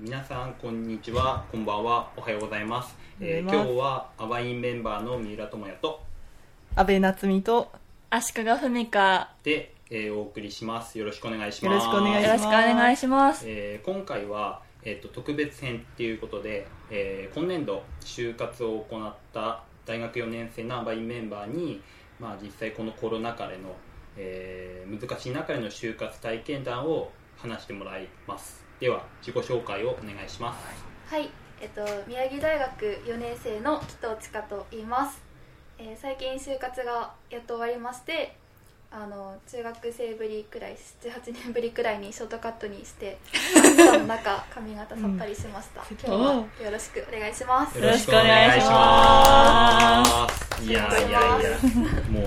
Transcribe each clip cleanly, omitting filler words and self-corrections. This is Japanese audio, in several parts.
皆さんこんにちは、こんばんは、おはようございます。今日はアバインメンバーの三浦智也と阿部夏美と足利文香で、お送りします。よろしくお願いします。 よろしくお願いします。 よろしくお願いします。 今回は、特別編っていうことで、今年度就活を行った大学4年生のアバインメンバーに、実際このコロナ禍での、難しい中での就活体験談を話してもらいます。では自己紹介をお願いします。 はい、宮城大学4年生の紀藤千佳と言います。最近就活がやっと終わりまして、中学生ぶりくらい 7,8 年ぶりくらいにショートカットにして暑さの中髪型さっぱりしました。今日はよろしくお願いします。 よろしくお願いします。 いやもう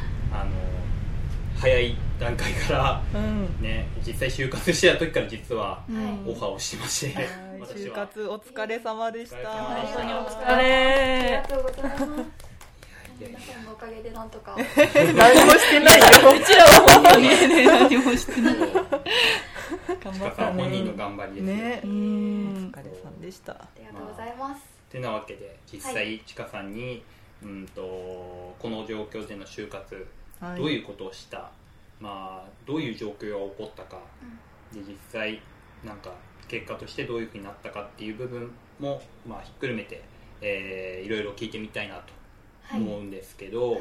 早い段階からね、実際就活してた時から実はオファーをしてまして、 就活お疲れ様でした。 本当にお疲あれ。 りがとうございます。皆さんのおかげでなんとか何もしてないよ。 うちらは本当に何もしてない。 頑張ったね。本人の頑張りですよね。お疲れさんでした。 ありがとうございます。 てなわけで実際ちかさんにこの状況での就活どういうことをした、どういう状況が起こったか、で実際なんか結果としてどういうふうになったかっていう部分も、ひっくるめて、いろいろ聞いてみたいなと思うんですけど、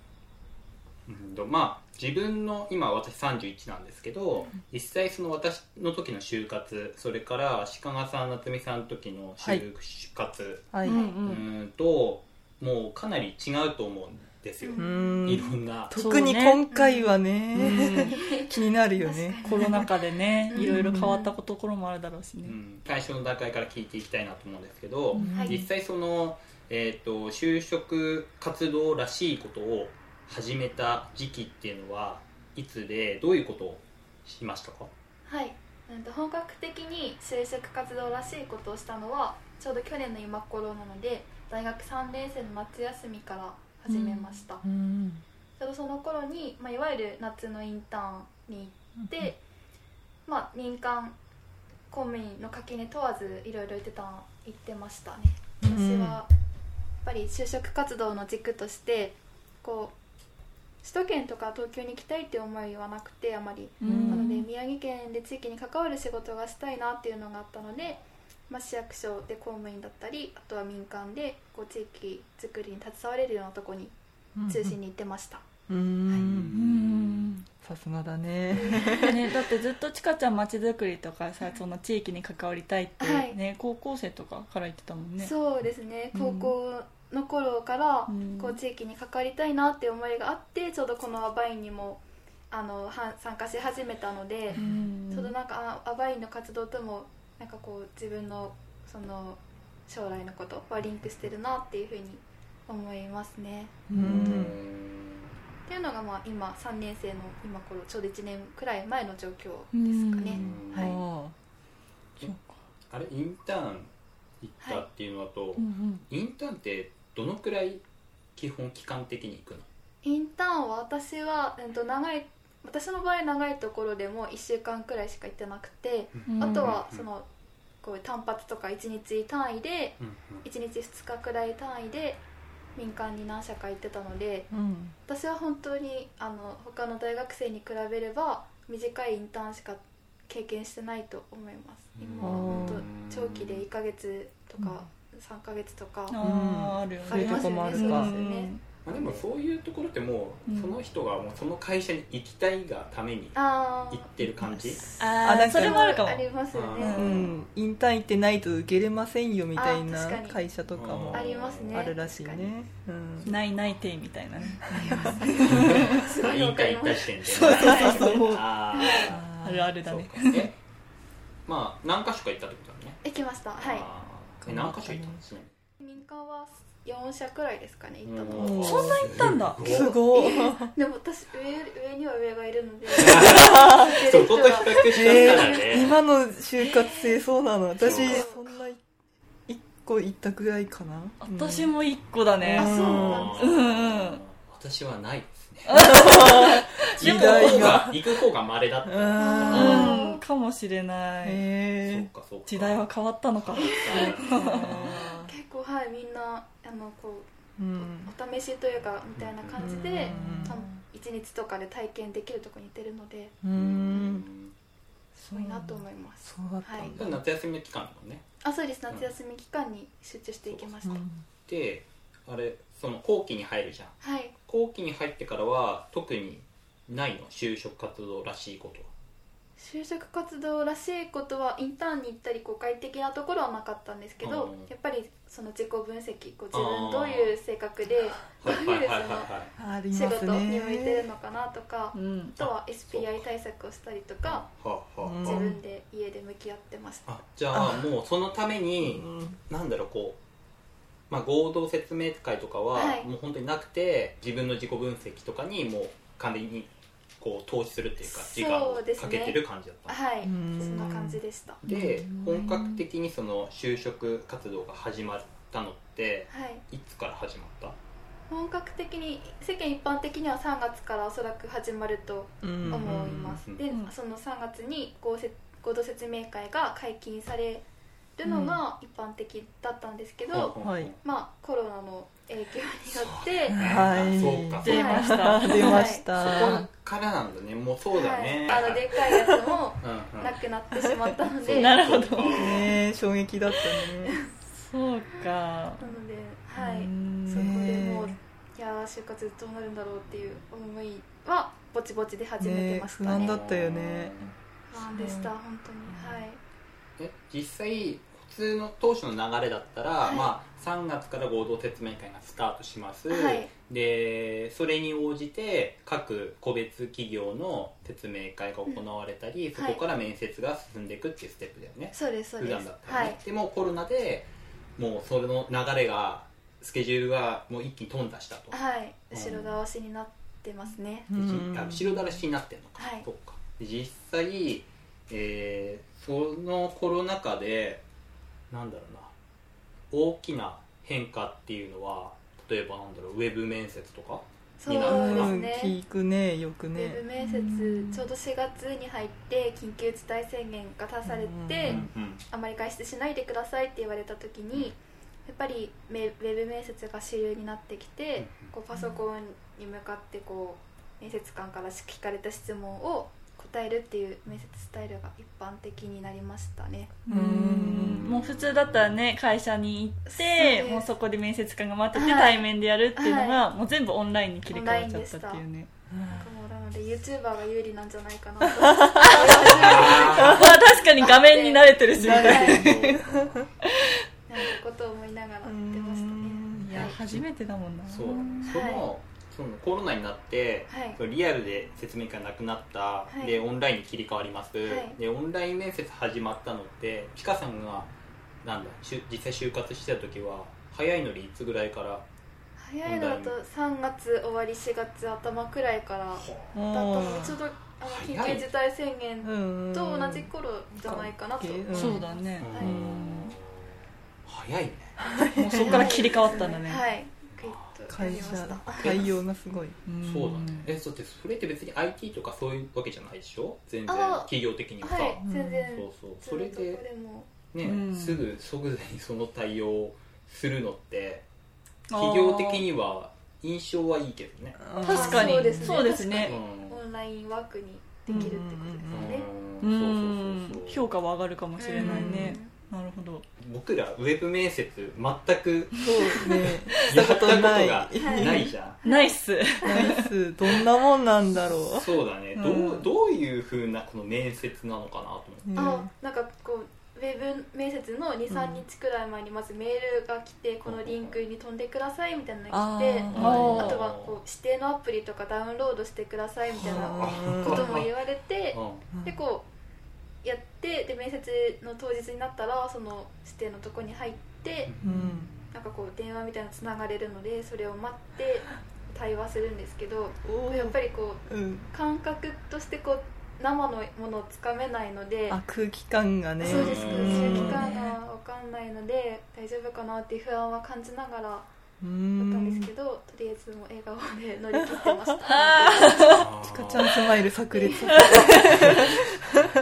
自分の今私31なんですけど、実際その私の時の就活、それから足利さん夏美さんの時の就活、ともうかなり違うと思うんですよ。いろんな特に今回はね、気になるよね。 コロナ禍でね、いろいろ変わったところもあるだろうしね。 最初の段階から聞いていきたいなと思うんですけど、実際その、就職活動らしいことを始めた時期っていうのはいつでどういうことをしましたか？ はい、本格的に就職活動らしいことをしたのはちょうど去年の今頃なので、大学3年生の夏休みから始めました。ちょうどその頃に、いわゆる夏のインターンに行って、民間公務員の垣根問わずいろいろ行ってましたね。私はやっぱり就職活動の軸としてこう首都圏とか東京に行きたいっていう思いはなくて、あまり、なので宮城県で地域に関わる仕事がしたいなっていうのがあったので、市役所で公務員だったり、あとは民間でこう地域づくりに携われるようなところに中心に行ってました。 さすがだね。 だってずっとちかちゃん街づくりとかさ、その地域に関わりたいってね、高校生とかから言ってたもんね。 そうですね、高校の頃からこう地域に関わりたいなっていう思いがあって、ちょうどこのアバインにも参加し始めたので、ちょうどなんかアバインの活動ともなんかこう自分のその将来のことはリンクしてるなっていうふうに思いますね。っていうのが今3年生の今頃ちょうど1年くらい前の状況ですかね。 あれインターン行ったっていうのだと、インターンってどのくらい基本期間的に行くの？ インターンは私の場合長いところでも1週間くらいしか行ってなくて、あとはそのこう単発とか1日単位で、1日2日くらい単位で民間に何社か行ってたので、私は本当に他の大学生に比べれば短いインターンしか経験してないと思います。今は本当長期で1ヶ月とか3ヶ月とかあるよね。 ありますよね。そうですよね。 でもそういうところってもう、その人がもうその会社に行きたいがために行ってる感じ？ それもあるかも。 ありますよね。 インターン行ってないと受けれませんよみたいな会社とかもありますね。 あるらしいね。 ないてみたいなね。 インターン行った時点で。 あるあるだね。 何か所か行ったってことだね。 行きました。はい。 何か所行ったんですね。 民間は4社くらいですかね、行ったの。 そんな行ったんだ。 すごい。 でも私上には上がいるのでそこと比較したらね、 今の就活生そうなの。私そんな1個行ったぐらいかな。 私も1個だね。 そうなんです。 私はないですね。 時代が行く方が稀だった。 かもしれない。 そうか時代は変わったのか。 結構みんなこう、お試しというかみたいな感じで1日とかで体験できるところに行ってるので、すごいなと思います。 そうだったんだ。 夏休み期間のね。 そうです。夏休み期間に集中していきました。 で、あれその後期に入るじゃん。後期に入ってからは特にないの？就職活動らしいことは。 就職活動らしいことはインターンに行ったり外的なところはなかったんですけど、やっぱりその自己分析、自分どういう性格でどういう仕事に向いてるのかなとか、あとは SPI 対策をしたりとか、自分で家で向き合ってました。 じゃあもうそのためになんだろう、こう、合同説明会とかはもう本当になくて、自分の自己分析とかにもう完全にこう投資するっていうか時間をかけてる感じだった。 そんな感じでした。 で、本格的にその就職活動が始まったのって、いつから始まった？ 本格的に世間一般的には3月からおそらく始まると思います。で、その3月に合同説明会が解禁されるのが一般的だったんですけど、コロナの影響によって出ました。 そこからなんだね。もうそうだね。 でっかいやつもなくなってしまったので。 なるほど。 衝撃だったね。 そうか。 なので、そこでもう就活どうなるんだろうっていう思いはぼちぼちで始めてましたね。 不安だったよね。 不安でした、本当に。 実際普通の当初の流れだったら、3月から合同説明会がスタートします、でそれに応じて各個別企業の説明会が行われたり、そこから面接が進んでいくっていうステップだよね。 そうですそうです。 普段だったらね。でもコロナでもうそれの流れがスケジュールがもう一気に頓挫したと。 後ろ倒しになってますね。 後ろ倒しになってんのか。そうか。で実際、そのコロナ禍でなんだろうな、大きな変化っていうのは、例えばなんだろう、ウェブ面接とかになるのかな。 聞くね、よくね。 ウェブ面接、ちょうど4月に入って緊急事態宣言が出されて、あまり外出しないでくださいって言われた時に、やっぱりウェブ面接が主流になってきて、パソコンに向かって面接官から聞かれた質問を答えるっていう面接スタイルが一般的になりましたね。 もう普通だったらね、会社に行ってもうそこで面接官が待ってて対面でやるっていうのが、もう全部オンラインに切り替わっちゃったっていうね。 なので YouTuber が有利なんじゃないかなと確かに画面に慣れてるしみたいなことを思いながらやってましたね。 いや、初めてだもんな。 そのコロナになって、リアルで説明会なくなった、でオンラインに切り替わります、でオンライン面接始まったのって、ピカさんが実際就活してた時は早いのにいつぐらいから？ 早いのだと3月終わり4月頭くらいからだったので、ちょうど緊急事態宣言と同じ頃じゃないかなと。 そうだね。 早いね。 もうそこから切り替わったんだね。 会社対応がすごい。 そうだね。だってそれって別に IT とかそういうわけじゃないでしょ、全然企業的にはさ。 全然。 それでね、すぐ即座にその対応するのって企業的には印象はいいけどね。 確かにそうですね。 オンラインワークにできるってことですよね。評価は上がるかもしれないね。なるほど。 僕らウェブ面接全くしたことないないじゃん。ナイスどんなもんなんだろう。 そうだね。どういう風なこの面接なのかなと思って。 なんかウェブ面接の 2,3 日くらい前にまずメールが来て、このリンクに飛んでくださいみたいなのが来て、あとは指定のアプリとかダウンロードしてくださいみたいなことも言われて、でやって、で面接の当日になったらその指定のとこに入って、なんか電話みたいなのつながれるので、それを待って対話するんですけど、やっぱり感覚として生のものをつかめないので、 空気感がね。 そうです、空気感が分かんないので大丈夫かなっていう不安は感じながらだったんですけど、とりあえずもう笑顔で乗り切ってました。 ちかちゃんスマイル炸裂。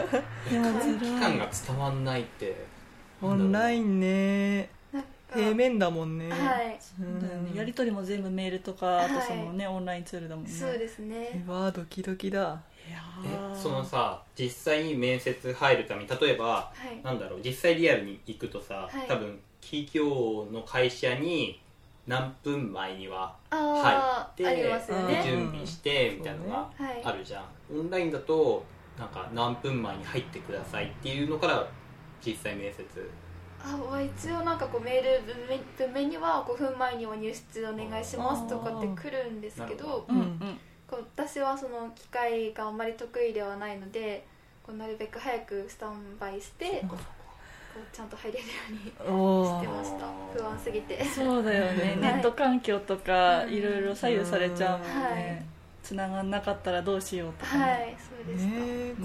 空気感が伝わんないって。 オンラインね、平面だもんね。 はい、 だよね、やり取りも全部メールとか、あとそのね、オンラインツールだもんね。 そうですね。 うわードキドキだ。 そのさ、実際に面接入るために、例えば、なんだろう、実際リアルに行くとさ、多分企業の会社に何分前には入って、準備してみたいなのがあるじゃん。オンラインだとなんか何分前に入ってくださいっていうのから実際面接。 一応なんかこうメール文面には5分前には入室お願いしますとかって来るんですけど、私はその機械があんまり得意ではないので、こうなるべく早くスタンバイしてこうちゃんと入れるようにしてました。不安すぎて。 そうだよね、ネット環境とかいろいろ左右されちゃうもんね。繋がんなかったらどうしようとかね。そうでした。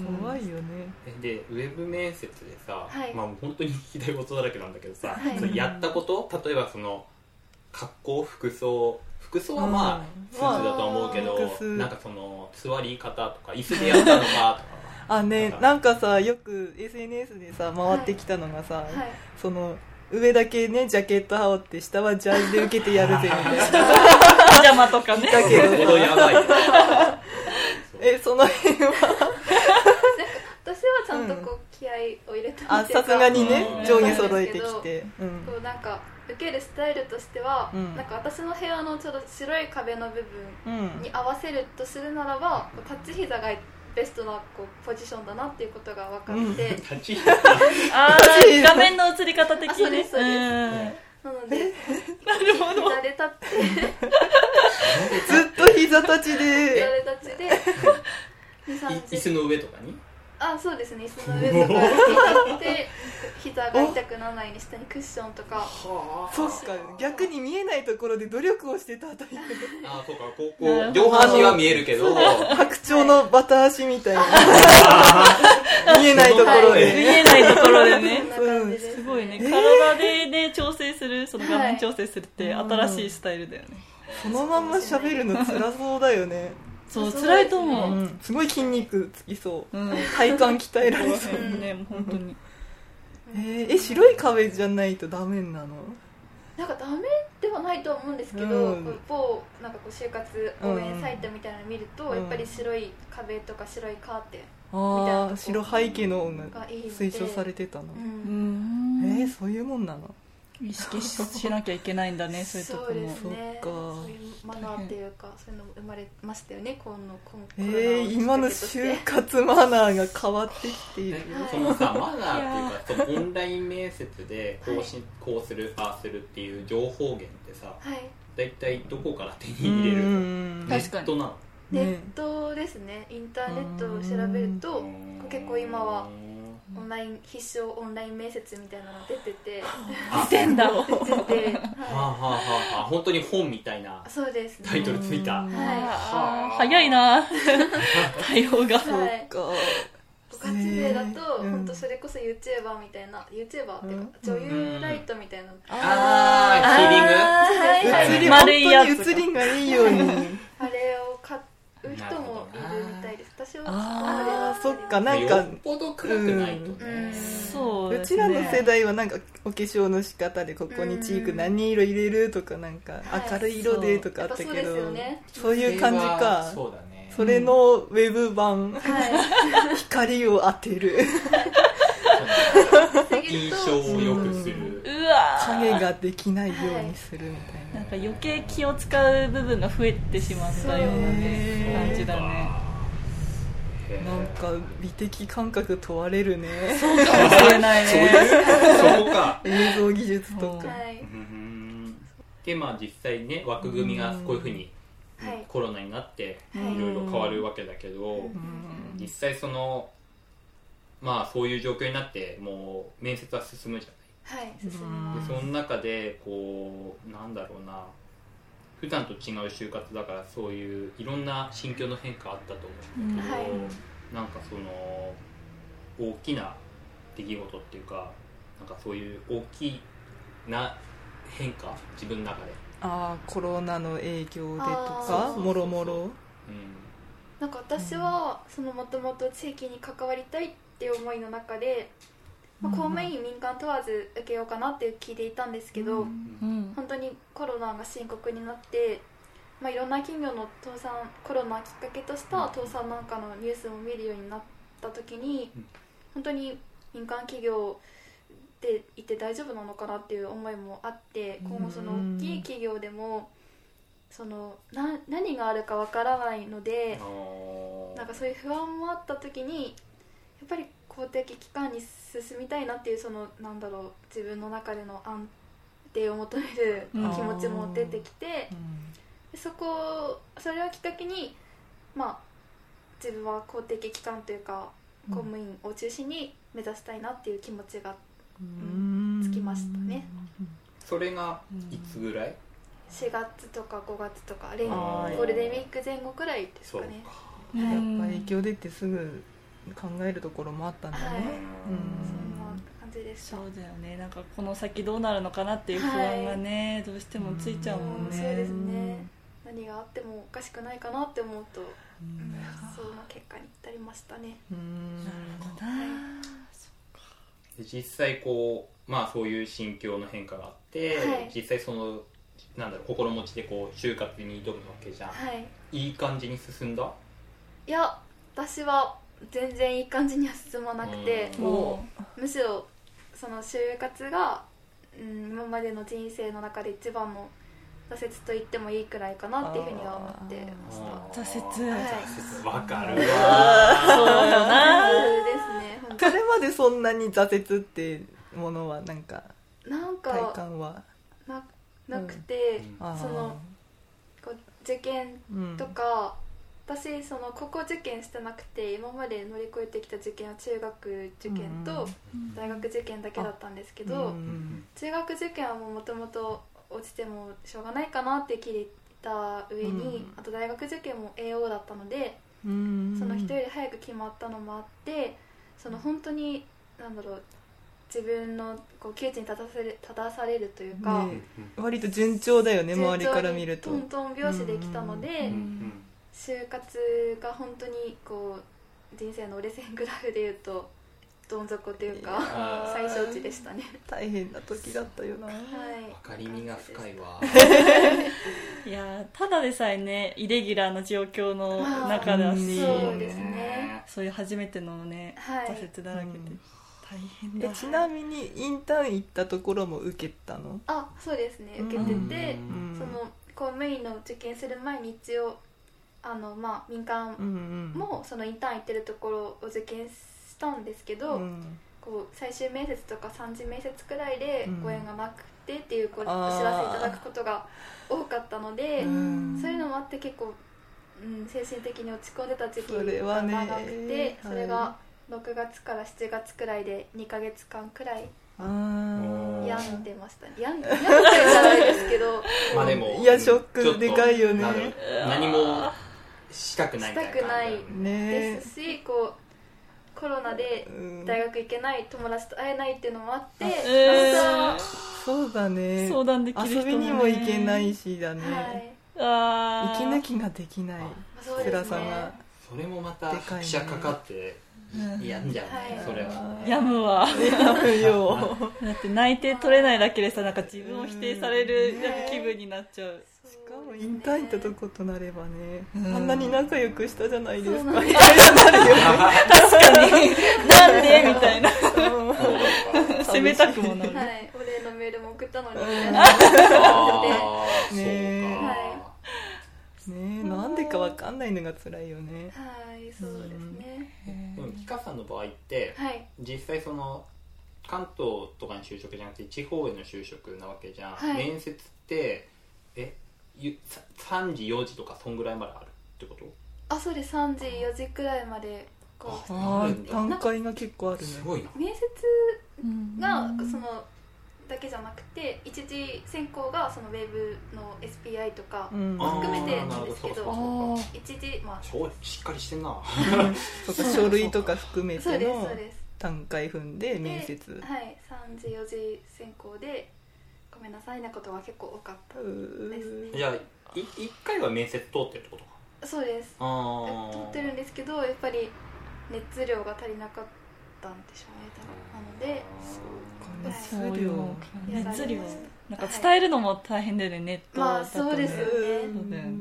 怖いよね。 でウェブ面接でさ、まあ本当に聞きたいことだらけなんだけどさ、それやったこと、例えばその格好、服装はまあスーツだと思うけど、なんかその座り方とか椅子でやったのかとかなんかさ、よく SNS でさ回ってきたのがさ、その上だけねジャケット羽織って下はジャージで受けてやるぜみたいなパジャマとかね。 だけどやばいその辺は私はちゃんとこう気合を入れたさすがにね上下揃えてきて、 こうなんか受けるスタイルとしては、なんか私の部屋のちょうど白い壁の部分に合わせるとするならば、タッチ膝がベストなこうポジションだなっていうことが分かって、 画面の映り方的に。 そうですそうです、なので膝で立ってずっと膝立ちで椅子の上とかにそうですね、椅子の上とかに立って膝が痛くならないように下にクッションとか。 そっか、逆に見えないところで努力をしてたタイプ。 そうか、こう両端は見えるけど白鳥のバタ足みたいな見えないところで、 見えないところでねすごいね、体でね調整する、その画面調整するって新しいスタイルだよね。 そのまんま喋るの辛そうだよね。 そう、辛いと思う。 すごい筋肉つきそう。体幹鍛えられそうね、本当に。 白い壁じゃないとダメなの？ なんかダメではないとは思うんですけど、某なんかこう就活応援サイトみたいなのを見ると、やっぱり白い壁とか白いカーテンみたいな白背景の音が推奨されてたの。そういうもんなの？ 意識しなきゃいけないんだね、そういうところも。 そうですね、そういうマナーっていうか、そういうのも生まれましたよね、 今の就活マナーが変わってきている。 そのさ、マナーっていうか、そのオンライン面接でこうする、ああするっていう情報源ってさ、だいたいどこから手に入れるの？ネットなの？ ネットですね、インターネットを調べると結構今はオンライン必勝オンライン面接みたいなの出てて、 出てんだ。 本当に本みたいなタイトルついた。 早いな対応が。 そうか。 ガチ勢だと本当それこそ YouTuber みたいな、YouTuber っていうか女優ライトみたいな、 ヒーリング、 丸いやつ、 本当に映りがいいようにあれを買う人もいるみたいです。私はそっか、なんかよっぽど暗くないとね。 うちらの世代はなんかお化粧の仕方でここにチーク何色入れるとか、なんか明るい色でとかあったけど、そういう感じか。 そうだね。 それのウェブ版、光を当てる印象を良くする、 影ができないようにするみたいな、 なんか余計気を使う部分が増えてしまったような感じだね。 なんか美的感覚問われるね。 そうかもしれないね。 そこか。 映像技術とか。 で、まあ実際ね、枠組みがこういうふうにコロナになっていろいろ変わるわけだけど、実際そのまあそういう状況になってもう面接は進むじゃない。 進む。 でその中でこうなんだろうな、普段と違う就活だからそういういろんな心境の変化あったと思うんだけど、なんかその大きな出来事っていうか、なんかそういう大きな変化、自分の中でコロナの影響でとかもろもろ。 なんか私はそのもともと地域に関わりたいっっていう思いの中で、公務員民間問わず受けようかなって聞いていたんですけど、本当にコロナが深刻になって、いろんな企業の倒産、コロナきっかけとした倒産なんかのニュースも見るようになった時に、本当に民間企業でいて大丈夫なのかなっていう思いもあって、今後その大きい企業でもその何があるかわからないので、なんかそういう不安もあった時にやっぱり公的機関に進みたいなっていう、そのなんだろう、自分の中での安定を求める気持ちも出てきて、それをきっかけに、自分は公的機関というか公務員を中心に目指したいなっていう気持ちが、つきましたね。 それがいつぐらい ？4月とか5月とかゴールデンウィーク前後くらいですかね。 やっぱ影響出てすぐ考えるところもあったんだね。 そんな感じでした。 そうだよね。なんかこの先どうなるのかなっていう不安がね、どうしてもついちゃうもんね。 そうですね。何があってもおかしくないかなって思うと、その結果に至りましたね。 なるほどな。 実際こう、そういう心境の変化があって、実際その心持ちでこう就活に挑むわけじゃん。いい感じに進んだ？ いや、私は全然いい感じには進まなくて、むしろその就活が、今までの人生の中で一番の挫折と言ってもいいくらいかなっていうふうには思ってました。 挫折、 わかるわ。 そうよな。 ですね。 それまでそんなに挫折ってものはなんか体感はなくて、そのこう受験とか、私その高校受験してなくて、今まで乗り越えてきた受験は中学受験と大学受験だけだったんですけど、中学受験はもともと落ちてもしょうがないかなって聞いた上に、あと大学受験も AO だったので、その人より早く決まったのもあって、その本当に自分のこう窮地に立たされるというか、 割と順調だよね、周りから見ると。 トントン拍子できたので、就活が本当にこう人生の折れ線グラフでいうとどん底というか最小値でしたね。 大変な時だったよな。 分かりみが深いわ。 いや、ただでさえね、イレギュラーな状況の中だし、 そうですね。 そういう初めてのね、挫折だらけで大変だ。 ちなみにインターン行ったところも受けたの？ そうですね、受けてて、その公務員の受験する前に一応民間もそのインターン行ってるところを受験したんですけど、こう最終面接とか3次面接くらいでご縁がなくてっていうお知らせいただくことが多かったので、そういうのもあって結構、精神的に落ち込んでた時期が長くて、それが6月から7月くらいで2ヶ月間くらい病んでましたね。病んでじゃないですけどでもいやショックでかいよね。 何もしたくないですし、こうコロナで大学行けない、友達と会えないっていうのもあって、 そうだね、 相談できる人もね、 遊びにも行けないしだね、息抜きができない辛さが、 それもまた拍車かかってやんじゃんね、それはやむわ。 やむよ。 だって内定取れないだけでさ、なんか自分を否定される気分になっちゃう。 しかもインターン行ったとことなればね、あんなに仲良くしたじゃないですか。 確かになんでみたいな責めたくもなる。 お礼のメールも送ったのにみたいな。なんでかわかんないのが辛いよね。 そうですね。 キカさんの場合って、実際その関東とかに就職じゃなくて地方への就職なわけじゃん。面接って3時4時とかそんぐらいまであるってこと？ そうです。3時4時くらいまで段階が結構あるね。 すごいな。 面接がそのだけじゃなくて、一次選考がそのウェブの SPI とか含めてなんですけど、一次しっかりしてんな。 書類とか含めての段階踏んで面接。 3時4時選考でごめんなさいなことが結構多かったですね。 じゃあ1回は面接通ってるってことか？ そうです。通ってるんですけど、やっぱり熱量が足りなかっったんでしょうね多分。なのでそういう熱量なんかはい伝えるのも大変だよね、ネットまあだとね。 そうですよね。 そうだよね。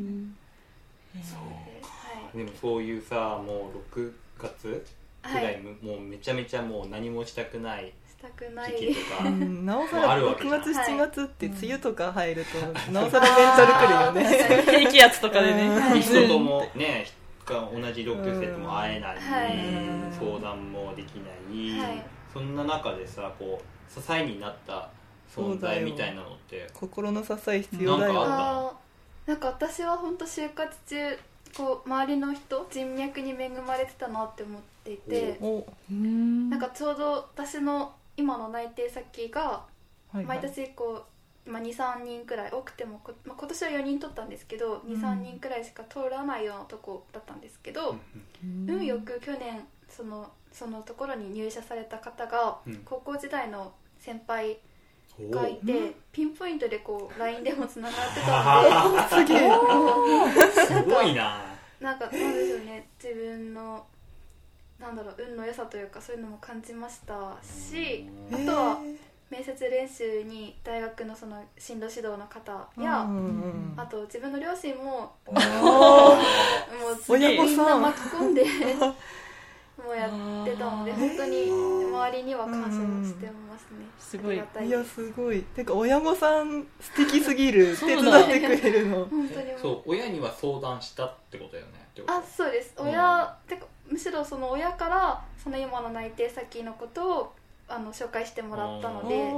でもそういうさもう6月ぐらい、もうめちゃめちゃもう何もしたくないしたくない時期とかなおさらもうあるわけ 6 じゃん月7月って梅雨とか入るとなおさらメンタルくるよね低気圧とかでね。 人ともね同じ同級生とも会えない、 はい相談もできない、 はいそんな中でさこう支えになった存在みたいなのって心の支え必要だよ。 なんか私は本当就活中こう周りの人人脈に恵まれてたなって思っていて、なんかちょうど私の今の内定先が毎年こう、2,3 人くらい多くても今年は4人取ったんですけど、2,3 人くらいしか通らないようなとこだったんですけど、運よく去年そのところに入社された方が、高校時代の先輩がいて、ピンポイントでこう LINE でもつながってたので、すげえすごいな。 なんかなんでしょうね、自分の運の良さというかそういうのも感じましたし、あとは面接練習に大学のその進路指導の方や、あと自分の両親ももうみんな巻き込んでもうやってたので、本当に周りには感謝をしてますね。 すごい。 いやすごい。てか親御さん素敵すぎる。手伝ってくれるの。 本当にそう親には相談したってことだよね。 あ、そうです。てかむしろその親からその今の内定先のことを紹介してもらったので、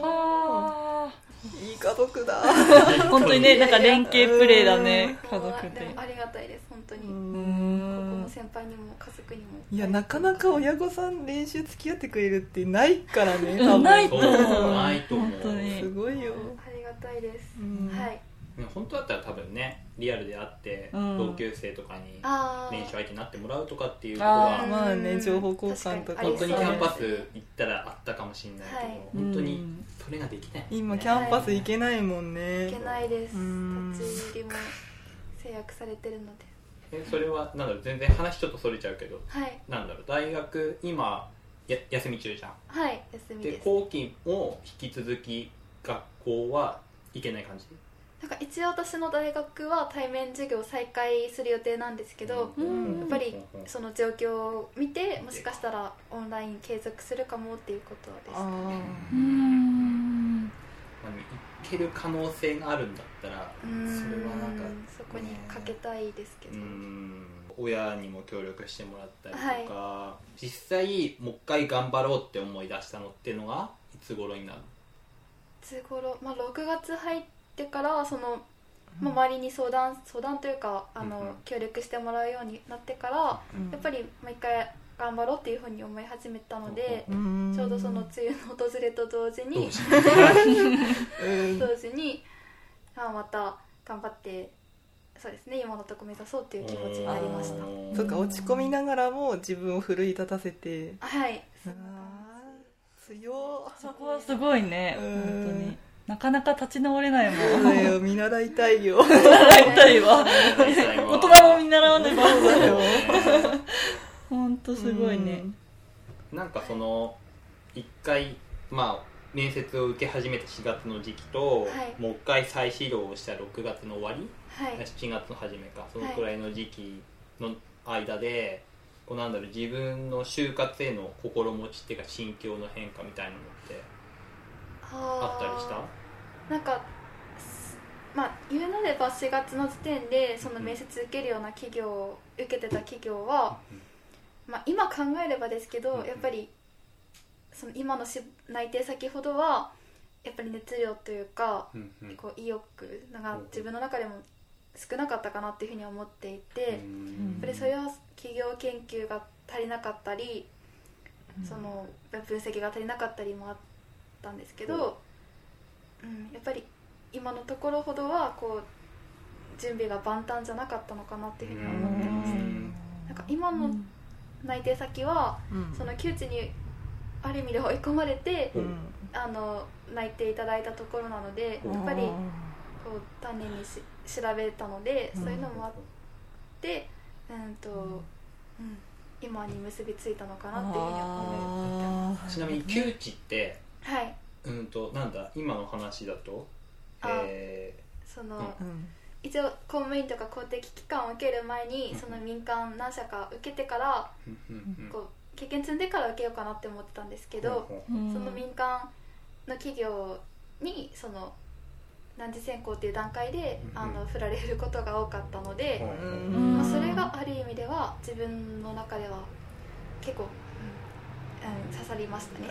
いい家族だ。 本当にね、なんか連携プレーだね、家族で。 でもありがたいです本当に。ここの先輩にも家族にも。 いやなかなか親御さん練習付き合ってくれるってないからね。 ないと思う。 ないと思う。 すごいよ。 ありがたいです。はい。 本当だったら多分ねリアルで会って同級生とかに練習相手になってもらうとかっていうことはまあね情報交換とか本当にキャンパス行ったらあったかもしれないけど、本当にそれができない。 今キャンパス行けないもんね。 行けないです。立ち入りも制約されてるので。 それはなんだろう、全然話ちょっとそれちゃうけど、なんだろう、大学今休み中じゃん。 はい、休みです。 で後期も引き続き学校は行けない感じ？ なんか一応私の大学は対面授業を再開する予定なんですけど、やっぱりその状況を見てもしかしたらオンライン継続するかもっていうことです。 行ける可能性があるんだったらそれはなんかそこにかけたいですけど、 親にも協力してもらったりとか、実際もう一回頑張ろうって思い出したのっていうのがいつ頃になる？いつ頃、6月入ってからその、周りに相談というか協力してもらうようになってから、やっぱりもう一回頑張ろうっていうふうに思い始めたので、ちょうどその梅雨の訪れと同時にまた頑張ってそうですね今のとこ目指そうっていう気持ちになりました。 そっか、落ち込みながらも自分を奮い立たせて、 はい強。 そこはすごいね、本当になかなか立ち直れないもん。 そうだよ、見習いたいよ。 見習いたいわ。大人も見習わねば。そうだよ。本当すごいね。 なんかその一回面接を受け始めた4月の時期と、もう一回再始動をした6月の終わり、7月の初めか、そのくらいの時期の間で、なんだろう、自分の就活への心持ちっていうか心境の変化みたいなのってあったりした？ なんか言うなれば4月の時点でその面接受けるような受けてた企業は、今考えればですけど、やっぱりその今の内定先ほどはやっぱり熱量というか、こう意欲が自分の中でも少なかったかなっていうふうに思っていて、やっぱりそれは企業研究が足りなかったり、その分析が足りなかったりもあったんですけど、やっぱり今のところほどはこう準備が万端じゃなかったのかなっていうふうに思ってます。なんか今の内定先は、その窮地にある意味で追い込まれて、内定いただいたところなので、やっぱりこう丹念に調べたので、そういうのもあって今に結びついたのかなっていうふうに思ってます。 ちなみに窮地って、 はい、 なんだ今の話だと、 その、一応公務員とか公的機関を受ける前にその民間何社か受けてからこう経験積んでから受けようかなって思ってたんですけど、その民間の企業にその何次選考っていう段階で振られることが多かったので、それがある意味では自分の中では結構、刺さりましたね。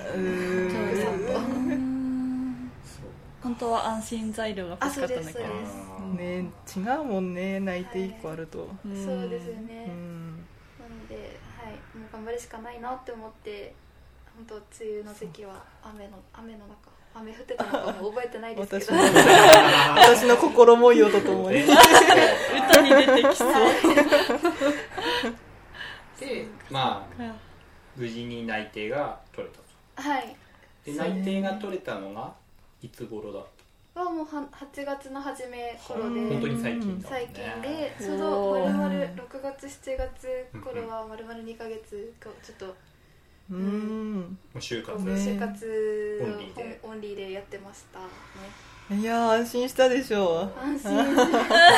本当は安心材料が欲しかったんだけどね、違うもんね、泣いて1個あると、 そうですよね。なので、もう頑張るしかないなって思って、本当梅雨の時期は雨の中、雨降ってたのかも覚えてないですけど私の心模様とともに歌に出てきそうで、まあ無事に内定が取れたと。 はい。 で内定が取れたのがいつ頃だった？ はもう8月の初め頃で、 本当に最近だ最近で、ちょうど丸々6月7月頃は丸々2ヶ月かちょっと就活オンリーでやってましたね。 いや安心したでしょう。 安心本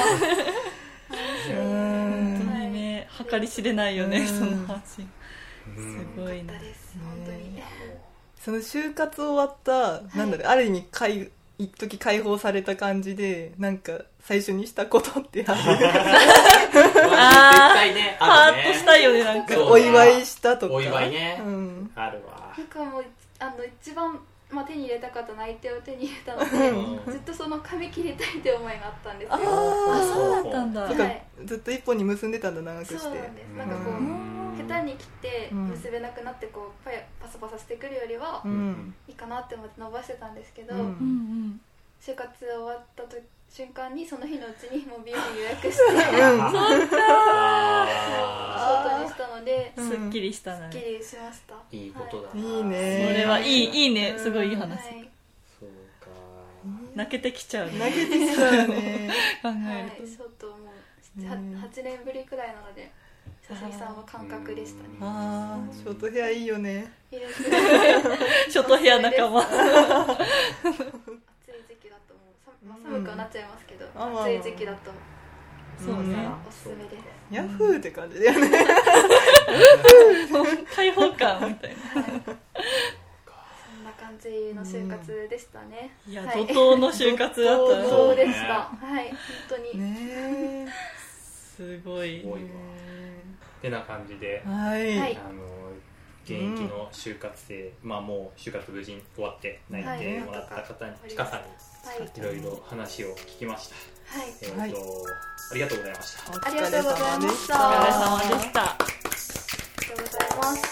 当にね、計り知れないよね、その安心。すごいな。 本当にその就活終わった、なんだろう、ある意味一時解放された感じで、なんか最初にしたことってある？ 絶対ね、 パーッとしたいよね、なんかお祝いしたとか。 お祝いね、あるわ。 なんかもう一番、手に入れたかった内定を手に入れたので、ずっとその髪切りたいって思いがあったんですよ。 そうだったんだ。 ずっと一本に結んでたんだ、長くして。 そうなんです。なんかこう下手に切って結べなくなってこうパサパサしてくるよりはいいかなって思って伸ばしてたんですけど、就活終わった瞬間にその日のうちにもう美容院予約してショートにしたので、 すっきりしたね。 すっきりしました。 いいことだな。 いいね。 それはいいね、すごいいい話。 そうか。 泣けてきちゃうね。 泣けてきちゃうね。 考えると。 ちょっともう8年ぶりくらいなので、佐々木さんは感覚でしたね。 ショートヘアいいよね。 いいですね。 ショートヘア仲間。 暑い時期だと寒くはなっちゃいますけど、暑い時期だとそうね、 おすすめです。 ヤフーって感じだよね。 開放感みたいな。 そんな感じの就活でしたね。 いや、怒涛の就活だった。 怒涛でした。はい、本当に。 ね、 すごい。 ってな感じで、現役の就活生、もう就活無事に終わって内定もらった方に、ちかさんにいろいろ話を聞きました。ありがとうございました。 ありがとうございました。 お疲れ様でした。 ありがとうございます。